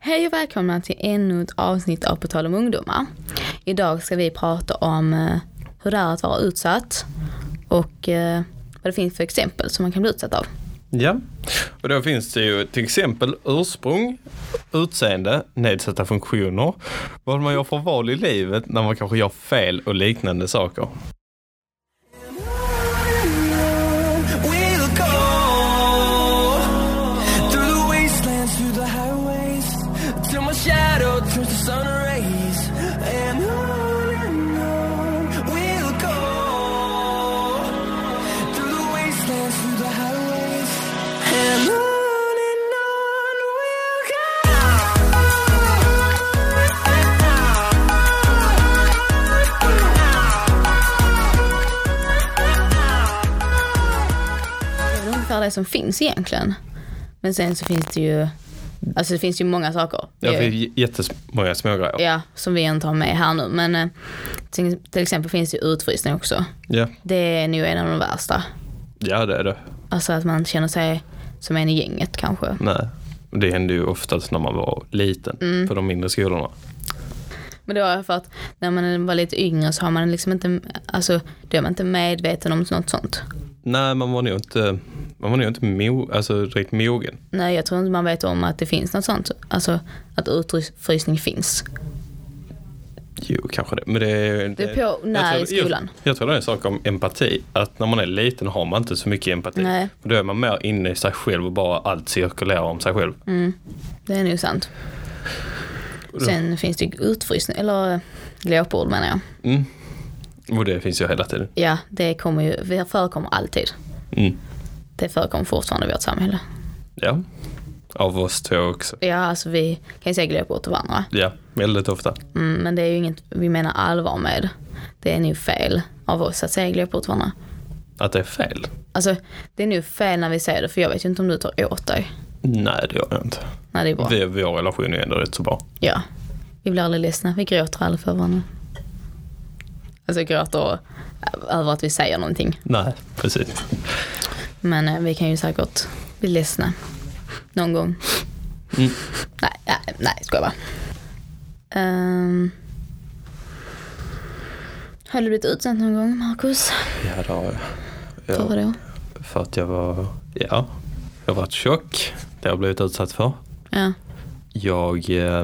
Hej och välkomna till ännu ett avsnitt av På tal om ungdomar. Idag ska vi prata om hur det är att vara utsatt och vad det finns för exempel som man kan bli utsatt av. Ja, och då finns det ju till exempel ursprung, utseende, nedsatta funktioner, vad man gör för val i livet när man kanske gör fel och liknande saker. Det som finns egentligen. Men sen så finns det ju det finns ju många saker. Ja, det är jättemånga små grejer. Ja, som vi inte har med här nu. Men till exempel finns det ju utfrysning också. Ja. Det är nog en av de värsta. Ja, det är det. Alltså att man känner sig som en i gänget kanske. Nej, det hände ju oftast när man var liten på de mindre skolorna. Men det var för att när man var lite yngre så har man liksom inte, alltså då är man inte medveten om något sånt. Nej, man var nog inte riktigt mogen. Nej, jag tror inte man vet om att det finns något sånt. Alltså att utfrysning finns. Jo, kanske det. Men det är på när i skolan. Jag tror det är en sak om empati. Att när man är liten har man inte så mycket empati. Nej. Då är man mer inne i sig själv och bara allt cirkulerar om sig själv. Det är nog sant. Sen finns det utfrysning, eller glåpord menar jag. Och det finns ju hela tiden. Ja, det förekommer alltid. Det förekommer fortfarande i vårt samhälle. Ja, av oss två också. Ja, alltså vi kan ju säga glåpord till varandra. Ja, väldigt ofta. Men det är ju inget vi menar allvar med. Det är nog fel av oss att säga glåpord till varandra. Att det är fel? Alltså, det är nog fel när vi säger det, för jag vet ju inte om du tar åt dig. Nej, det gör jag inte. Nej, det är bra. Vår relation är ändå rätt så bra. Ja, vi blir aldrig ledsna. Vi gråter aldrig för varandra. Alltså gråter över att vi säger någonting. Nej, precis. Men vi kan ju säkert bli ledsna någon gång. Nej, ska jag bara. Har du blivit utsatt någon gång, Marcus? Ja, det har jag. För vadå? För att jag har varit tjock. Det har jag blivit utsatt för. Ja. Jag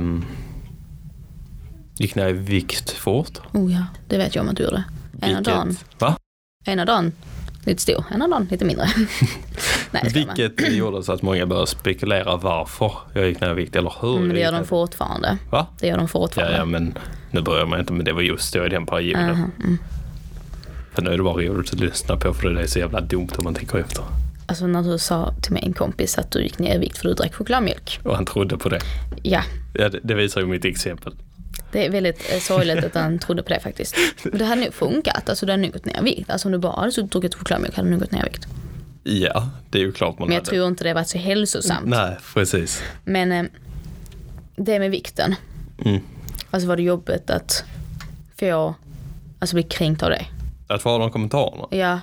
gick ner i vikt fort. Oh ja, det vet jag om att du gjorde. Ena dagen. Va? Ena dagen lite stor, ena dagen lite mindre. Nej, vilket gjorde så att många började spekulera varför jag gick ner i vikt eller hur. Det gör de fortfarande. Va? Det gör de fortfarande. Ja, men nu börjar man inte, men det var just då i den perioden. För nu är det bara roligt att lyssna på, för det är så jävla dumt om man tänker efter. Alltså när du sa till mig en kompis att du gick ner i vikt för du drack chokladmjölk. Och han trodde på det. Ja. Ja, det visar ju mitt exempel. Det är väldigt sorgligt att han trodde på det faktiskt. Men det hade nog funkat. Alltså det hade nog gått ner i vikt. Alltså om du bara hade druckit chokladmjölk hade du nog gått ner i vikt. Ja, det är ju klart man Men jag tror inte det var så hälsosamt. Nej, precis. Men det med vikten. Alltså var det jobbigt att få bli kränkt av det? Att få ha de kommentarerna? Ja.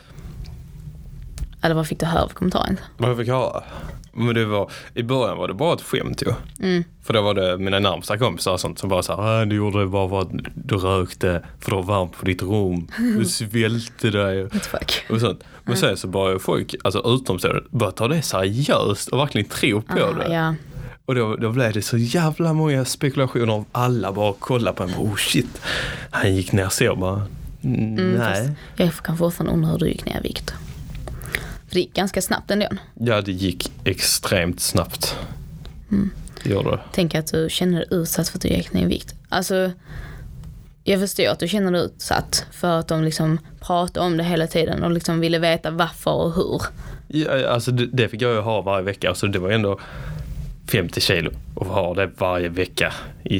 Eller vad fick du höra för kommentaren? Vad fick jag höra? Men i början var det bara ett skämt ju. För då var det mina närmsta kompisar och sånt som bara sa, du gjorde det bara för att du rökte, för det var varmt på ditt rum, du svälte dig och sånt. Men sen så började folk, alltså utomstående, bara ta det seriöst och verkligen tro på det. Ja. Och då blev det så jävla många spekulationer av alla bara kolla på en, shit, han gick ner så bara, nej. Jag kan fortfarande undra hur du gick ner i vikt. För det gick ganska snabbt ändå. Ja, det gick extremt snabbt. Det gjorde det. Tänk att du känner dig utsatt för att du gick ner i vikt. Alltså, jag förstår att du känner dig utsatt för att de liksom pratade om det hela tiden och liksom ville veta varför och hur. Ja, alltså det fick jag ju ha varje vecka. Så det var ändå 50 kilo och ha det varje vecka.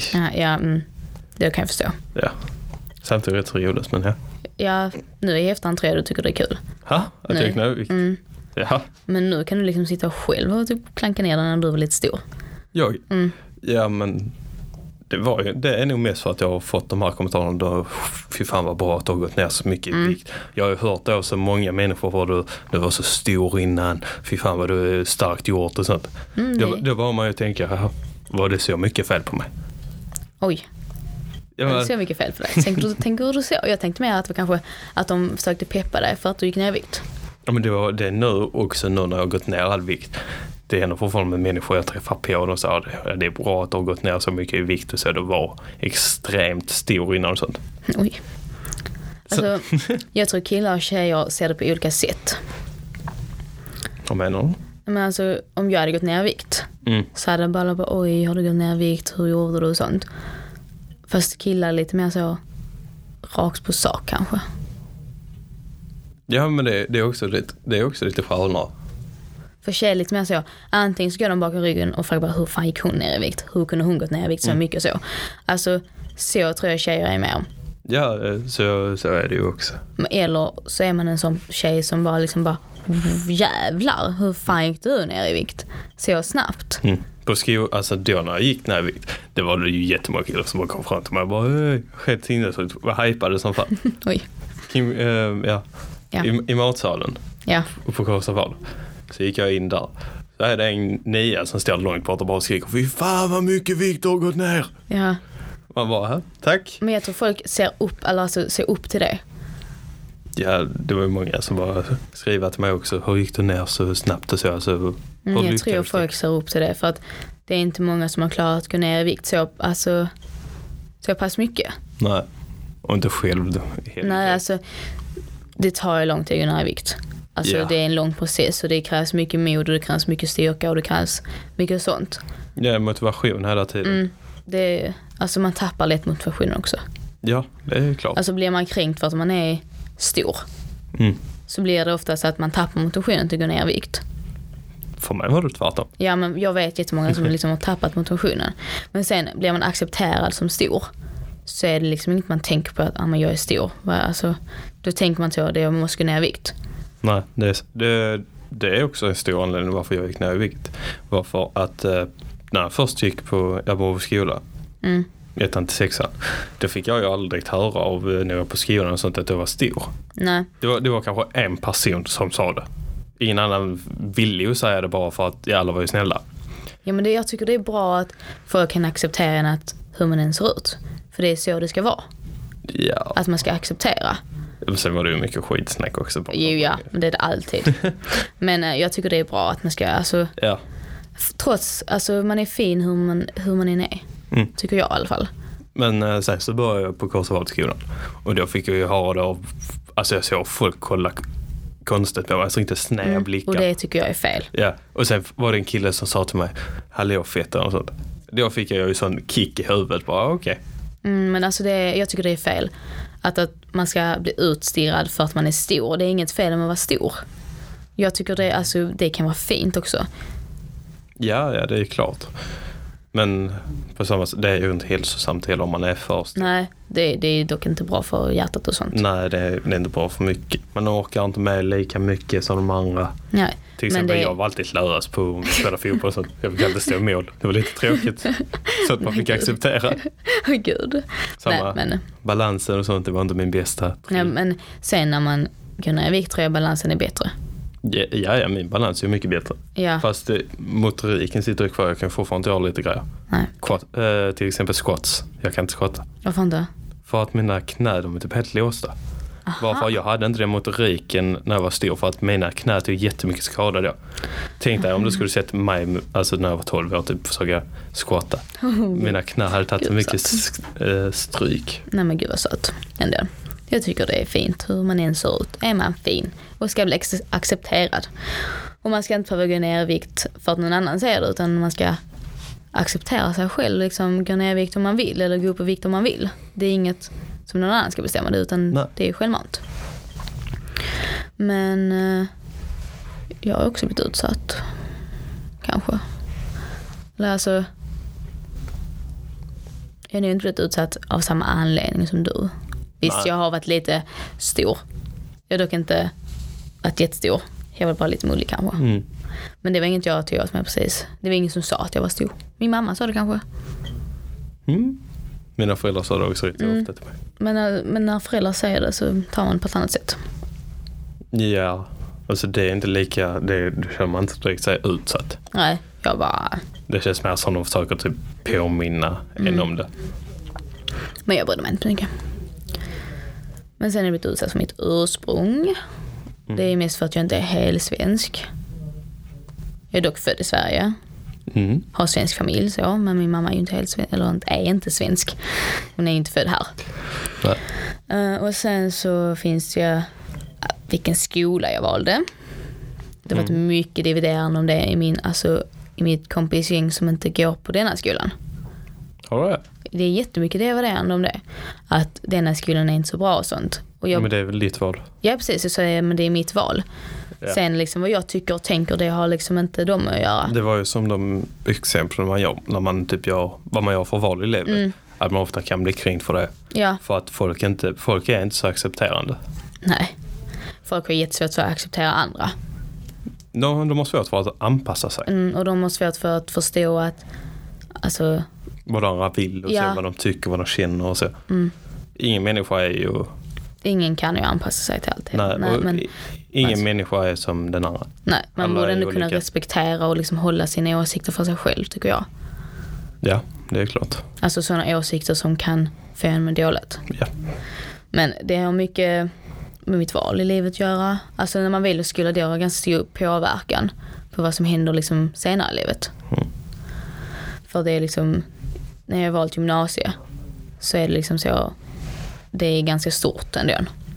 Det kan jag förstå. Ja. Samtidigt rätt så roligt, men ja. Ja, nu i efterhand tror jag du tycker det är kul. Ha? Att jag gick ner i vikt? Ja. Men nu kan du liksom sitta själv och typ klanka ner den när du var lite stor. Jag? Ja, men det är nog mest för att jag har fått de här kommentarerna då, fy fan vad bra att du har gått ner så mycket i vikt. Jag har ju hört då så många människor var du var så stor innan, fy fan vad du är starkt gjort och sånt. Då var man ju tänka, var det så mycket fel på mig. Oj. Det är så mycket fel för dig. Tänker du så? Jag tänkte mer att det var kanske att de försökte peppa dig för att du gick ner i vikt. Ja, men det är nu också nu när jag har gått ner all vikt. Det är ändå fortfarande med människor jag träffar på och de sa det är bra att du har gått ner så mycket i vikt och så det var extremt stor innan och sånt. Oj. Alltså, jag tror killar och tjejer ser det på olika sätt. Vad menar du? Men alltså, om jag hade gått ner i vikt så hade jag bara oj, har du gått ner i vikt? Hur gjorde du och sånt? Fast killar lite mer så rakt på sak kanske. Ja, men det är också lite skönare. För tjejer lite mer så, antingen så går de bakom ryggen och frågar bara hur fan gick hon ner i vikt? Hur kunde hon gått ner i vikt så mycket så? Alltså, så tror jag tjejer är med om. Ja, så är det ju också. Eller så är man en sån tjej som bara jävlar, hur fan gick du ner i vikt? Så snabbt. På alltså då när jag gick ner i vikt, det var det ju jättemånga killar som bara kom fram till mig och bara helt sinnessjukt, var hypade som fan. Oj. I matsalen. Ja. Och på Kosoval. Så gick jag in där. Så är det en nia som står långt bort och bara skriker fy fan vad mycket vikt har gått ner. Ja. Man bara, här, tack. Men jag tror folk ser upp till det. Ja, det var ju många som bara skriva till mig också. Hur gick du ner så snabbt och så? Alltså, jag tror folk ser upp till det. För att det är inte många som har klarat att gå ner i vikt så pass mycket. Nej, och inte själv då. Nej, alltså det tar ju lång tid att gå ner i vikt. Alltså det är en lång process och det krävs mycket mod och det krävs mycket styrka och det krävs mycket sånt. Ja, motivation hela tiden. Alltså man tappar lätt motivationen också. Ja, det är klart. Alltså blir man kränkt för att man är stor så blir det ofta så att man tappar motivationen till att gå ner i vikt. För mig var det tvärtom. Ja, men jag vet jättemånga som liksom har tappat motivationen. Men sen blir man accepterad som stor så är det liksom inget man tänker på att jag är stor. Alltså, då tänker man så att jag måste gå ner i vikt. Nej, det är också en stor anledning varför jag gick ner i vikt. Varför att när jag först gick på skola 1-6, då fick jag ju aldrig höra av när jag var på skolan och sånt att jag var stor. Nej. Det var kanske en person som sa det. Ingen annan ville ju säga det bara för att alla var ju snälla. Ja, men jag tycker det är bra att folk kan acceptera hur man än ser ut. För det är så det ska vara. Ja. Att man ska acceptera. Sen var det ju mycket skitsnack också. Ja, men det är det alltid. Men jag tycker det är bra att man ska, alltså, trots, alltså man är fin hur man än är. Tycker jag i alla fall. Men sen så började jag på Kosovalskolan. Och då fick jag ju ha det av, alltså jag såg folk kolla konstigt på mig, alltså inte snäva blickar. Och det tycker jag är fel. Ja, och sen var det en kille som sa till mig, hallå feta och sånt. Då fick jag ju sån kick i huvudet, bara okej. Men alltså jag tycker det är fel. Att man ska bli utstirrad för att man är stor. Det är inget fel om att vara stor. Jag tycker det kan vara fint också. Ja, det är klart. Men på samma sätt, det är ju inte hälsosamt heller om man är först. Nej, det är dock inte bra för hjärtat och sånt. Nej, det är inte bra för mycket. Man orkar inte med lika mycket som de andra. Nej. Till exempel jag var alltid slös på att spela fotboll och sånt. Jag fick alltid stå i mål. Det var lite tråkigt. Så att man fick acceptera. Åh gud. Balansen och sånt, det var inte min bästa. Ja, men sen när man går ner i vikt tror jag balansen är bättre. Ja, min balans är mycket bättre. Ja. Fast motoriken sitter kvar. Jag kan fortfarande göra lite grejer. Nej. Till exempel squats. Jag kan inte squatta. Varför inte? För att mina knä, de är typ helt låsta. Varför jag hade inte den motoriken när jag var stor, för att mina knä är jättemycket skadade då. Tänk dig om du skulle sett mig, alltså när jag var 12 år typ, försöka squatta. Mina knä hade tagit så mycket stryk. Nej men gud vad söt ändå. Jag tycker det är fint hur man än ser ut. Är man fin och ska bli accepterad. Och man ska inte behöva gå ner i vikt för att någon annan säger det, utan man ska acceptera sig själv, liksom gå ner i vikt om man vill eller gå upp i vikt om man vill. Det är inget som någon annan ska bestämma det, utan det är självmant. Men jag har också blivit utsatt. Kanske. Eller alltså, jag har nog inte blivit utsatt av samma anledning som du. Visst, jag har varit lite stor. Jag har dock inte varit jättestor. Jag var bara lite mullig kanske. Men det var inget jag tog åt mig precis. Det var ingen som sa att jag var stor. Min mamma sa det kanske. Mina föräldrar sa det också riktigt ofta till mig. Men när föräldrar säger det så tar man på ett annat sätt. Ja, alltså det är inte lika, det känner man inte direkt sig utsatt. Nej, Jag bara... Det känns mer som de försöker typ påminna än om det. Men jag brydde mig inte mycket. Men sen är jag blivit utsatt för mitt ursprung. Det är mest för att jag inte är helt svensk. Jag är dock född i Sverige. Har svensk familj så, men min mamma är ju inte helt svensk, eller är inte svensk. Hon är ju inte född här. Och sen så finns det vilken skola jag valde. Det har varit mycket dividerande om det i mitt kompisgäng som inte går på denna skolan. Det är jättemycket dividerande om det. Att denna skolan är inte så bra och sånt. Och men det är väl ditt val? Ja, precis. Så men det är mitt val. Ja. Sen liksom vad jag tycker och tänker, det har liksom inte de att göra. Det var ju som de exempel när man typ gör vad man gör för val i livet. Att man ofta kan bli kränkt för det. Ja. För att folk är inte så accepterande. Nej. Folk har jättesvårt för att acceptera andra. De har svårt för att anpassa sig. Och de har svårt för att förstå att vad andra vill och så, vad de tycker, vad de känner och så. Ingen människa är ju... Ingen kan ju anpassa sig till allt. Nej, men ingen människa är som den andra. Nej, man borde ändå kunna respektera och liksom hålla sina åsikter för sig själv, tycker jag. Ja, det är klart. Alltså sådana åsikter som kan få en med dåligt. Ja. Men det har mycket med mitt val i livet att göra. Alltså när man vill skulle det ha ganska stor påverkan på vad som händer liksom senare i livet. För det är liksom, när jag valt gymnasie så är det liksom så, det är ganska stort ändå.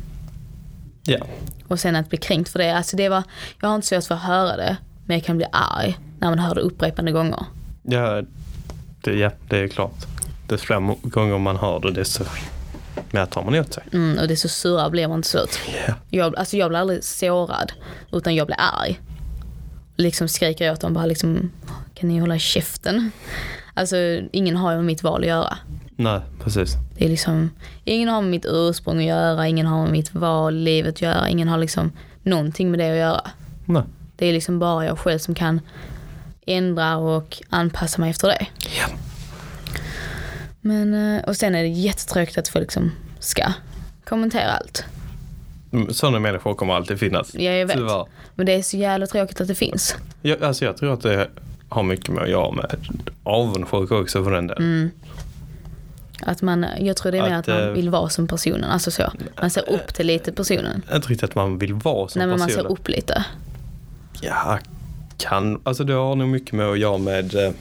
Ja. Och sen att bli kränkt för det, alltså jag har inte svårt för att höra det, men jag kan bli arg när man hör det upprepande gånger. Ja, det är klart. Desto fler gånger man hör det, desto mer tar man åt sig. Och det är så sura blir man till slut. Yeah. Jag blir aldrig sårad, utan jag blir arg. Liksom skriker jag åt dem bara liksom, kan ni hålla käften? Alltså ingen har ju med mitt val att göra. Nej, precis. Det är liksom, ingen har med mitt ursprung att göra, ingen har med mitt val i livet att göra, ingen har liksom någonting med det att göra. Nej. Det är liksom bara jag själv som kan ändra och anpassa mig efter det. Ja. Men, och sen är det jättetråkigt att folk liksom ska kommentera allt. Sådana människor kommer alltid finnas. Ja, jag vet. Tyvärr. Men det är så jävla tråkigt att det finns. Jag tror att det har mycket med att göra med avundsjuka också för den där. Jag tror det är mer att man vill vara som personen. Alltså så. Man ser upp till lite personen. Jag tror inte att man vill vara som personen. Nej, men man ser upp lite. Ja, alltså det har nog mycket med att göra med...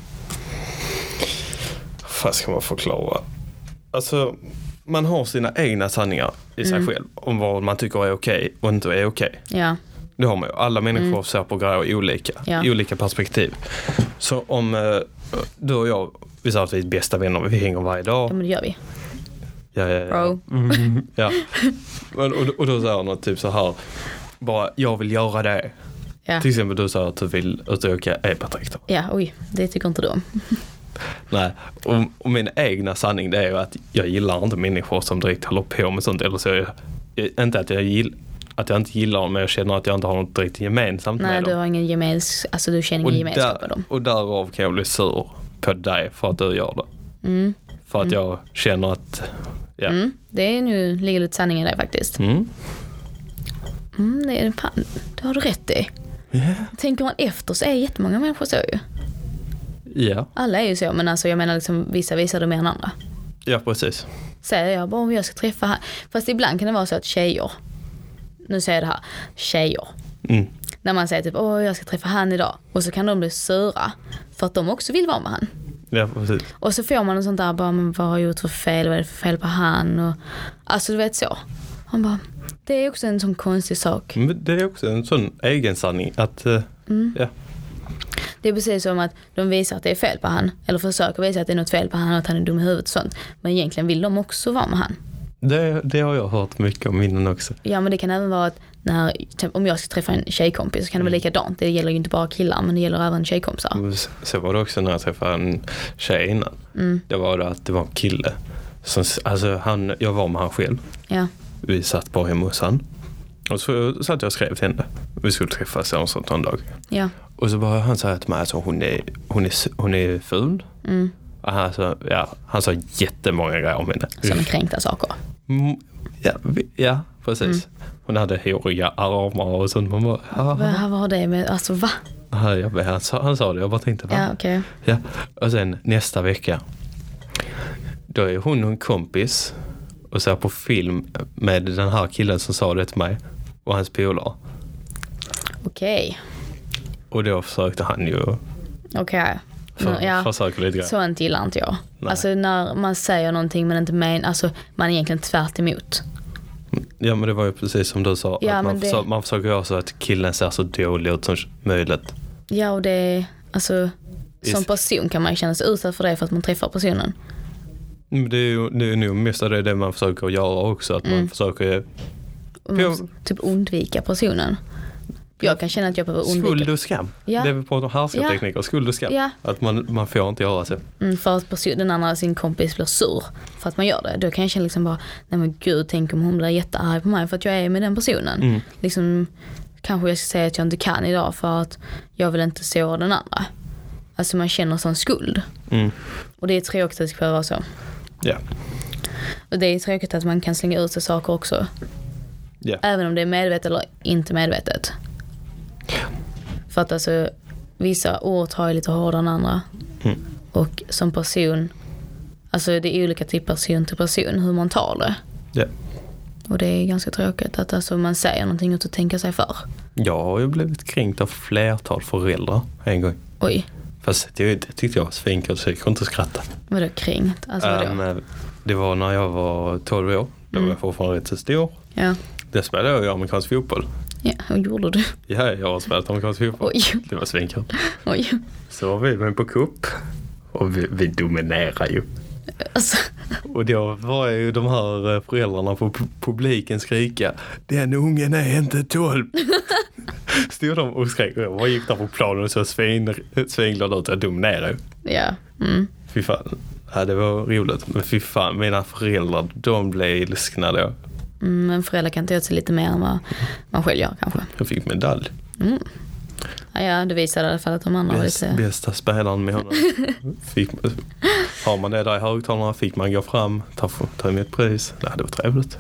vad ska man förklara? Alltså, man har sina egna sanningar i sig själv. Om vad man tycker är okej och inte är okej. Ja. Det har man ju. Alla människor ser på grejer olika. Ja. I olika perspektiv. Så om du och jag, vi sa att vi är bästa vänner, vi hänger varje dag. Ja, men det gör vi. Ja. Bro. Ja. Och då säger något typ så här. Bara, jag vill göra det. Ja. Till exempel du sa att du vill utöka epatraktor. Ja, oj. Det tycker inte du om. Nej, och min egna sanning det är ju att jag gillar inte människor som direkt håller på med sånt. Eller så inte att jag inte gillar dem, men jag känner att jag inte har något direkt gemensamt med dem. Nej, du har ingen du känner ingen gemenskap med dem. Och därav kan jag bli sur på dig för att du gör det. För att jag känner att... Ja. Det är nu ligger lite sanning i det faktiskt. Det har du rätt i. Yeah. Tänker man efter så är jättemånga människor så ju. Ja. Alla är ju så, men alltså jag menar liksom vissa visar det mer än andra. Ja, precis. Säger jag bara om jag ska träffa här. Fast ibland kan det vara så att tjejer, nu säger jag det här, tjejer. När man säger typ, jag ska träffa han idag. Och så kan de bli sura för att de också vill vara med han. Ja, precis. Och så får man en sånt där, bara, men vad har jag gjort för fel? Vad är det för fel på han? Och, alltså du vet så. Han bara, det är också en sån konstig sak. Men det är också en sån egen sanning att, ja. Det är precis som att de visar att det är fel på han. Eller försöker visa att det är något fel på han och att han är dum i huvudet och sånt. Men egentligen vill de också vara med han. Det har jag hört mycket om innan också. Ja, men det kan även vara att om jag ska träffa en tjejkompis så kan det vara likadant. Det gäller ju inte bara killar, men det gäller även tjejkompisar. Så var det också när jag träffade en tjej innan. Det var det att det var en kille. Som, alltså jag var med han själv. Ja. Vi satt bara hemma hos han. Och så satt jag och skrev till henne. Vi skulle träffas en sån dag. Ja. Och så bara han sa till mig att hon är ful. Alltså, ja, han sa jättemånga grejer om henne. Som kränkta saker. Ja, precis. Hon hade håriga armar och sånt. Man bara, Vad var det med, alltså va? Han sa det, jag bara tänkte, va? Ja, okej. Ja, och sen nästa vecka då är hon och en kompis och ser på film med den här killen som sa det till mig och hans polare. Okej. Och då försökte han ju försöka lite grann. Sånt gillar inte jag. Nej. Alltså när man säger någonting men inte men, alltså man är egentligen tvärt emot. Ja, men det var ju precis som du sa. Ja, att man försöker göra så att killen ser så dålig ut som möjligt. Ja, och det, alltså som person kan man känna sig utsatt för det för att man träffar personen. Det är nog mest av det man försöker göra också. Att man försöker typ undvika personen. Jag kan känna att jag behöver undvika. Skuld och skam. Ja. Det vi pratar om härskartekniker. Skuld och skam. Ja. Att man får inte göra så. För att den andra, sin kompis, blir sur för att man gör det. Då kan jag känna liksom bara, nej men gud, tänk om hon blir jättearg på mig för att jag är med den personen. Liksom, kanske jag ska säga att jag inte kan idag för att jag vill inte såra den andra. Alltså man känner sån skuld. Och det är tråkigt att det ska behöva vara så. Ja. Och det är tråkigt att man kan slänga ut sig saker också. Ja. Även om det är medvetet eller inte medvetet. För att alltså vissa ord tar ju lite hårdare än andra. Och som person, alltså det är olika till person till person hur man tar det. Ja. Och det är ganska tråkigt att alltså man säger någonting utan att tänka sig för. Jag har ju blivit kränkt av flertal föräldrar en gång. Oj. Fast det tyckte jag var svinkigt så jag kunde inte skratta. Vadå kränkt? Alltså vadå? Det var när jag var 12 år. Då var jag fortfarande rätt så stor. Ja. Det spelade jag i amerikansk fotboll. Ja, hur gjorde du? Ja, jag har spelat amerikansk fotboll. Oj. Det var svinkigt. Oj. Så var vi med på cup. Och vi dominerar ju. Alltså. Och då var ju de här föräldrarna på publiken skrika: den ungen är inte 12. Stod de och skrek. Och jag gick där på planen och så svinglade ut. Jag dominerade. Ja. Fy fan. Ja, det var roligt. Men fy fan, mina föräldrar, de blev ilskna då. Men föräldrar kan ta åt sig lite mer än vad man själv gör kanske. Jag fick medalj. Ja, det visade i alla fall att de andra var lite... Bästa spelaren med honom. Har man det där i högtalarna fick man gå fram, ta emot pris. Ja, det var trevligt.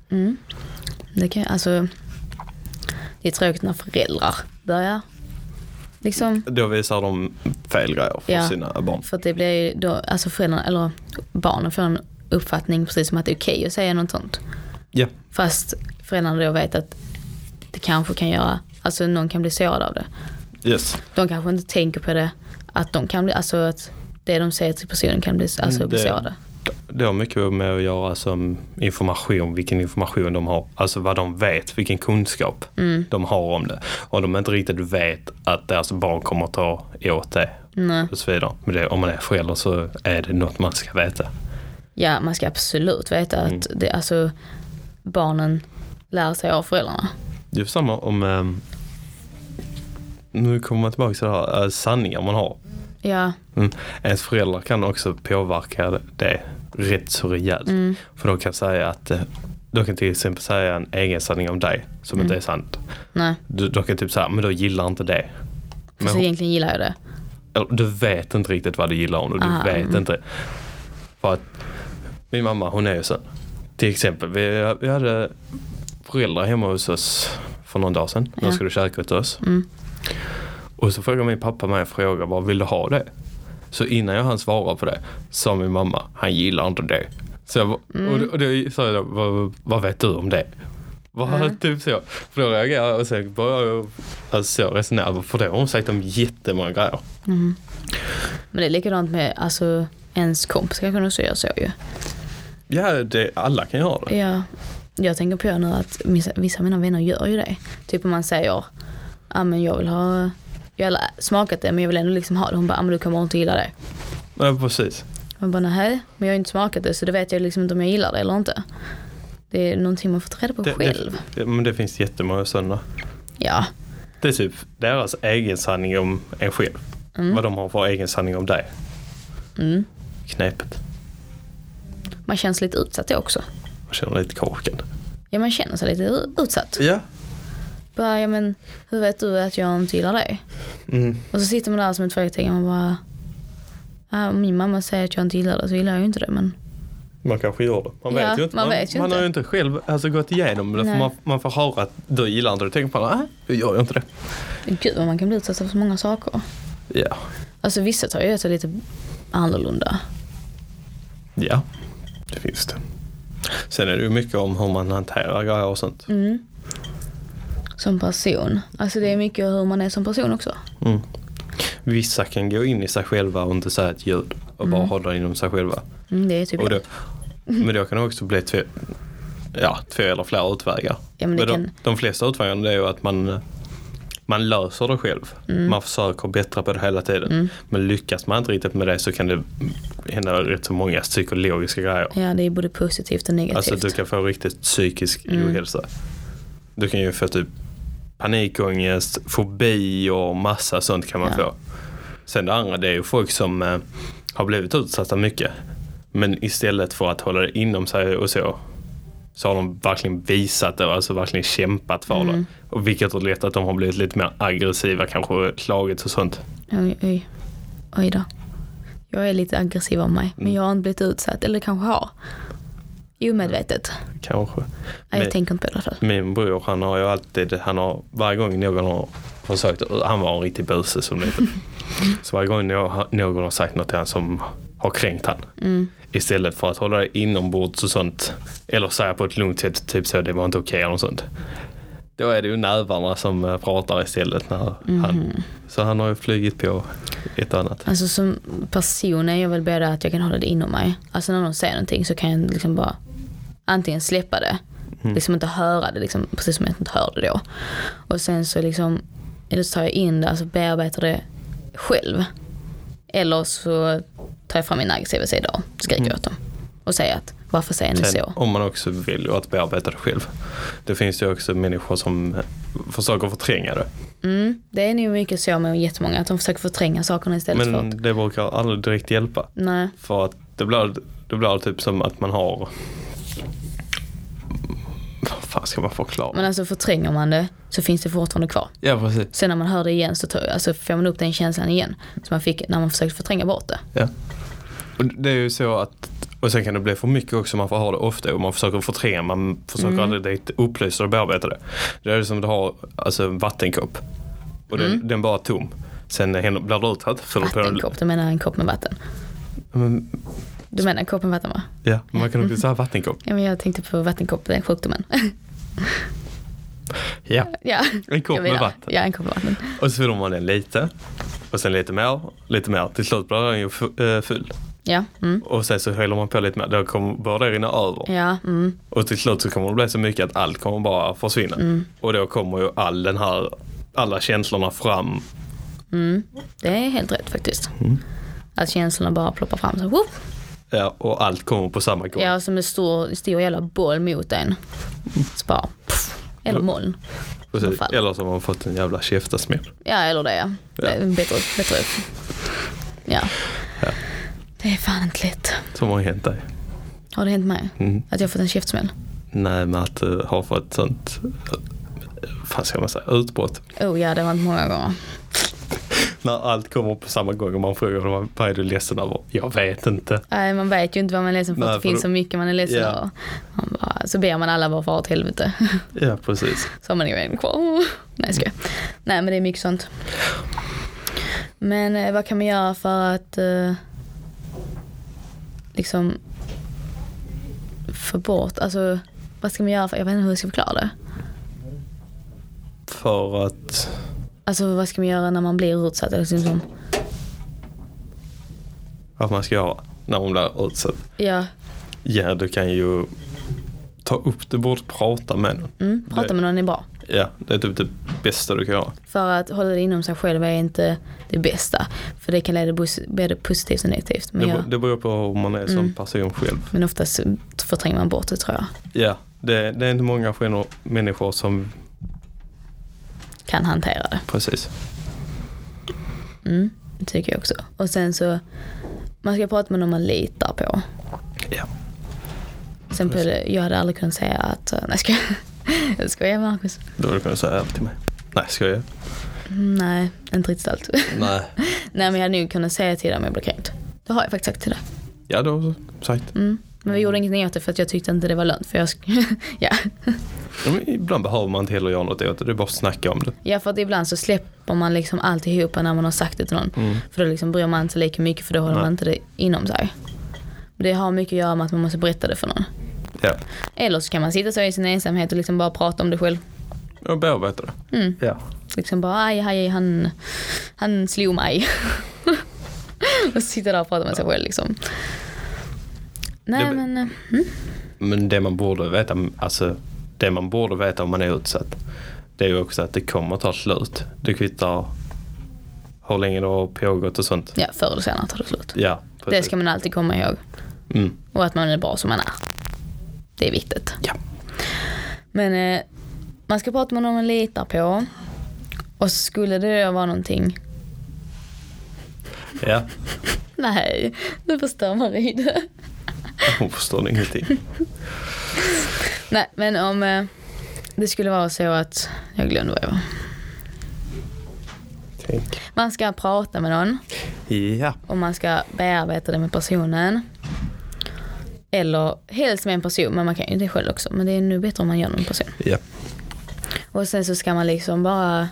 Det kan, alltså, det är tråkigt när föräldrar börjar liksom... Då visar de fel grejer för sina barn. För att det blir ju då, alltså föräldrarna, eller barnen får en uppfattning precis som att det är okej att säga något sånt. Ja. Fast föräldrarna då vet att det kanske kan göra, alltså någon kan bli sårad av det. Yes. De kanske inte tänker på det, att de kan bli, alltså att det de säger till personen kan bli, alltså bli sårade. Det har mycket med att göra som information, vilken information de har. Alltså vad de vet, vilken kunskap de har om det. Och de inte riktigt vet att deras barn kommer att ta åt det. Nej. Och så vidare. Men det, om man är förälder så är det något man ska veta. Ja, man ska absolut veta att det, alltså, barnen lär sig av föräldrarna. Det är samma om... nu kommer man tillbaka till det här, sanningar man har. Ja. Ens föräldrar kan också påverka det rätt så rejält. För de kan säga att de kan till exempel säga en egen sanning om dig som inte är sant. Nej. De kan typ säga, men då gillar inte det. Men så egentligen gillar jag det. Eller, du vet inte riktigt vad du gillar om och du vet inte. För att min mamma, hon är ju så. Till exempel, vi hade föräldrar hemma hos oss för någon dag sedan. Då skulle käka till oss. Och så frågade min pappa mig en fråga, vad vill du ha det? Så innan jag hann svara på det sa min mamma, han gillar inte det. Så jag, och då sa jag, vad vet du om det? Typ så. För då reagerade jag och sen började jag alltså, resonera. För det har hon sagt om jättemånga grejer. Men det är likadant med, alltså, ens kompis kan kunna säga så ju. Ja, alla kan göra det. Ja, jag tänker på nu att vissa av mina vänner gör ju det. Typ om man säger, men jag har smakat det men jag vill ändå liksom ha det. Hon bara, men du kommer inte gilla det. Ja, precis. Man bara, nej, men jag har inte smakat det så det vet jag liksom inte om jag gillar det eller inte. Det är någonting man får ta reda på själv. Men det finns jättemånga sådana. Ja. Det är typ deras egen sanning om en själv. Vad de har för egen sanning om dig. Knepet. Man känns lite utsatt också. Man känner lite korkad. Ja, man känner sig lite utsatt. Ja. Bara, ja men hur vet du att jag inte gillar dig? Och så sitter man där som ett frågetecken och bara, min mamma säger att jag inte gillar det så gillar jag ju inte det, men Man kanske gör det. Man vet ju inte. Man har ju inte själv gått igenom det. För man får höra att du gillar inte det. Du tänker på jag gör inte det. Gud vad man kan bli utsatt för så många saker. Ja. Alltså vissa tar ju så lite annorlunda. Ja, det finns det. Sen är det ju mycket om hur man hanterar grejer och sånt. Som person. Alltså det är mycket hur man är som person också. Vissa kan gå in i sig själva och inte säga ett ljud. Och bara hålla inom sig själva. Det är typ och men då kan det också bli två eller fler utvägar. Ja, men de flesta utvägarna är ju att man löser det själv. Man försöker bättra på det hela tiden. Men lyckas man inte riktigt med det så kan det hända rätt så många psykologiska grejer. Ja, det är både positivt och negativt. Alltså du kan få riktigt psykisk ohälsa. Du kan ju få typ panikångest, fobi och massa sånt kan man få. Sen det andra, det är ju folk som har blivit utsatta mycket. Men istället för att hålla det inom sig och så har de verkligen visat det, alltså verkligen kämpat för det. Och vilket har lett att de har blivit lite mer aggressiva, kanske slagits och sånt. Oj då. Jag är lite aggressiv av mig, men jag har inte blivit utsatt, eller kanske har. Omedvetet. Kanske. Jag tänker inte på det i alla fall. Min bror, han har varje gång någon har försökt, han var en riktig buse som lite. Så varje gång någon har sagt något till han som har kränkt han. Istället för att hålla det inombords och sånt. Eller säga på ett lugnt sätt, typ så, det var inte okej och sånt. Då är det ju nävarna som pratar istället när så han har ju flygit på ett annat. Alltså som person är jag väl bara att jag kan hålla det inom mig. Alltså när någon säger någonting så kan jag liksom bara antingen släppa det, liksom inte höra det, liksom, precis som jag inte hörde det då. Och sen så liksom, eller så tar jag in det, alltså bearbetar det själv. Eller så tar jag fram min aggressiva sida och skriker åt dem. Och säger att, varför säger ni så? Om man också vill att bearbeta det själv. Det finns ju också människor som försöker förtränga det. Det är nog mycket så med jättemånga, att de försöker förtränga sakerna istället för att... Men det brukar aldrig direkt hjälpa. Nej. För att det blir typ som att man har... Vad fan ska man förklara? Men alltså förtränger man det så finns det fortfarande kvar. Ja, precis. Sen när man hör det igen så får man upp den känslan igen som man fick när man försökte förtränga bort det. Ja. Och det är ju så att, och sen kan det bli för mycket också, man får ha det ofta och man försöker förtränga, man försöker aldrig upplysa och bearbeta det. Det är som att du har en vattenkopp och den bara tom. Sen blir det utsatt. Vattenkopp, du menar en kopp med vatten? Du menar en kopp med vatten, va? Ja, man kan också säga vattenkopp. Ja, men jag tänkte på vattenkopp, den sjukdomen. Ja, en kopp med vatten. Ja, en kopp med vatten. Och så fyller man den lite. Och sen lite mer. Till slut blir den ju full. Ja. Och sen så häller man på lite mer. Då börjar det rinna över. Ja. Och till slut så kommer det bli så mycket att allt kommer bara försvinna. Och då kommer ju alla känslorna fram. Det är helt rätt faktiskt. Att känslorna bara ploppar fram så. Whoop. Ja, och allt kommer på samma gång. Ja, som en stor jävla boll mot en. Så bara, eller moln. Precis. Eller så har man fått en jävla käftasmäll. Ja, eller det, ja. Det är bättre. Ja. Det är fan inte lätt. Som har hänt dig. Har det hänt mig? Att jag fått en käftsmäll? Nej, men att du har fått sånt, vad ska man säga, utbrott. Ja, det var inte många gånger. När allt kommer på samma gång och man frågar vad är du ledsen över? Jag vet inte. Nej, man vet ju inte vad man är ledsen för. Det finns så mycket man är ledsen över. Så ber man alla bara för åt helvete. Ja, precis. Så har man ju en kvar. Nej, ska jag. Nej, men det är mycket sånt. Men vad kan man göra för att liksom få bort, alltså vad ska man göra för, jag vet inte hur jag ska förklara det. För att... Alltså vad ska man göra när man blir utsatt? Liksom? Vad man ska göra när man blir utsatt? Ja. Ja, du kan ju ta upp det, bort, prata med någon. Prata med någon är bra. Ja, det är typ det bästa du kan göra. För att hålla det inom sig själv är inte det bästa. För det kan leda både positivt och negativt. Men det beror på hur man är som person själv. Men oftast förtränger man bort det, tror jag. Ja, det är inte många människor som kan hantera det. Precis. Det tycker jag också. Och sen så man ska prata med någon man litar på. Ja. Sen på det, jag hade aldrig kunnat säga att nej, ska jag Marcus? Då hade du kunnat säga det till mig. Nej, ska jag? Nej, inte riktigt allt. Nej. Nej, men jag hade nog kunnat säga till dig om jag blev kränkt. Det har jag faktiskt sagt till dig. Ja, det har du sagt. Men Men vi gjorde ingenting åt det för att jag tyckte inte det var lönt. För ja. Men ibland behöver man inte heller göra något åt det. Det är bara att snacka om det. Ja, för att ibland så släpper man liksom alltihopa när man har sagt det till någon. För då liksom bryr man inte lika mycket, för då håller man inte det inom sig. Det har mycket att göra med att man måste berätta det för någon. Ja. Eller så kan man sitta så i sin ensamhet och liksom bara prata om det själv. Jag bearbetar det. Ja. Liksom bara, aj, han slog mig. Och sitter där och pratar med sig själv liksom. Nej, Men det man borde veta, alltså det man borde veta om man är utsatt, det är ju också att det kommer ta slut. Det kvittar hur länge det har pågått och sånt. Ja, förr eller senare tar det slut. Ja, det ska man alltid komma ihåg. Och att man är bra som man är. Det är viktigt. Ja. Men man ska prata med någon man litar på. Och skulle det vara någonting... Ja. Nej, nu förstår Marie det. Hon förstår ingenting. Nej, men om det skulle vara så att... Jag glömde vad jag var. Tänk. Man ska prata med någon. Ja. Och man ska bearbeta det med personen. Eller helst med en person. Men man kan ju det själv också. Men det är nu bättre om man gör någon person. Ja. Och sen så ska man liksom bara...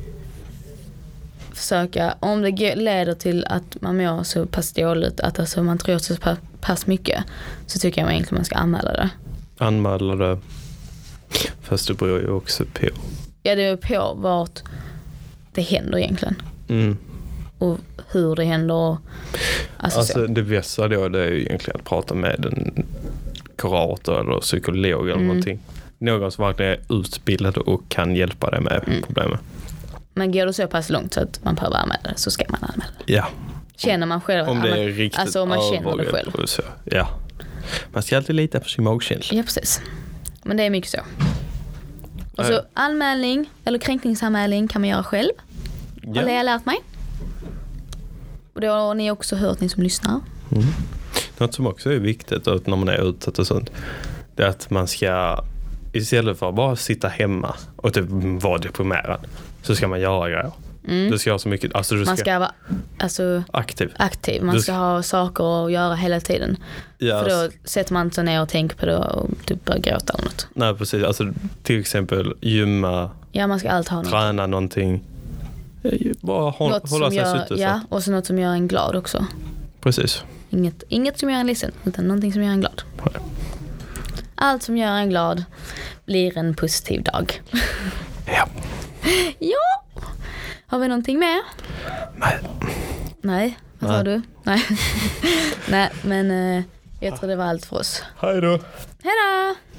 försöka, om det leder till att man mår så pass dåligt att alltså man tror så pass mycket, så tycker jag egentligen man ska anmäla det. Anmäla det. Fast det beror ju också på. Ja, det är på vart det händer egentligen. Och hur det händer. Och, alltså det bästa då, det är ju egentligen att prata med en kurator eller psykolog eller någonting. Någon som verkligen är utbildad och kan hjälpa dig med problemet. Men går det så pass långt så att man behöver anmäla det, så ska man anmäla det. Ja. Känner man själv. Om det är riktigt alltså om man känner det själv. Så. Ja. Man ska alltid lita på sin magkänsla. Ja, precis. Men det är mycket så. Och så anmälning eller kränkningsanmälning kan man göra själv. Ja. Har jag lärt mig. Och det har ni också hört, ni som lyssnar. Något som också är viktigt att när man är utsatt och sånt, det är att man ska, istället för att bara sitta hemma och typ vara deprimerad, så ska man göra grejer. Du ska ha så mycket, alltså man ska vara aktiv. Man ska ha saker att göra hela tiden. Yes. För då sätter man sig ner och tänker på det och typ börjar gråta eller något. Nej, precis. Alltså till exempel gymma. Ja, man ska alltid ha träna någonting. Bara hålla sig suttet. Ja, och så något som gör en glad också. Precis. Inget som gör en ledsen, utan någonting som gör en glad. Ja. Allt som gör en glad blir en positiv dag. Ja. Ja. Har vi någonting mer? Nej. Vad sa du? Nej. Nej, men jag tror det var allt för oss. Hej då. Hej då.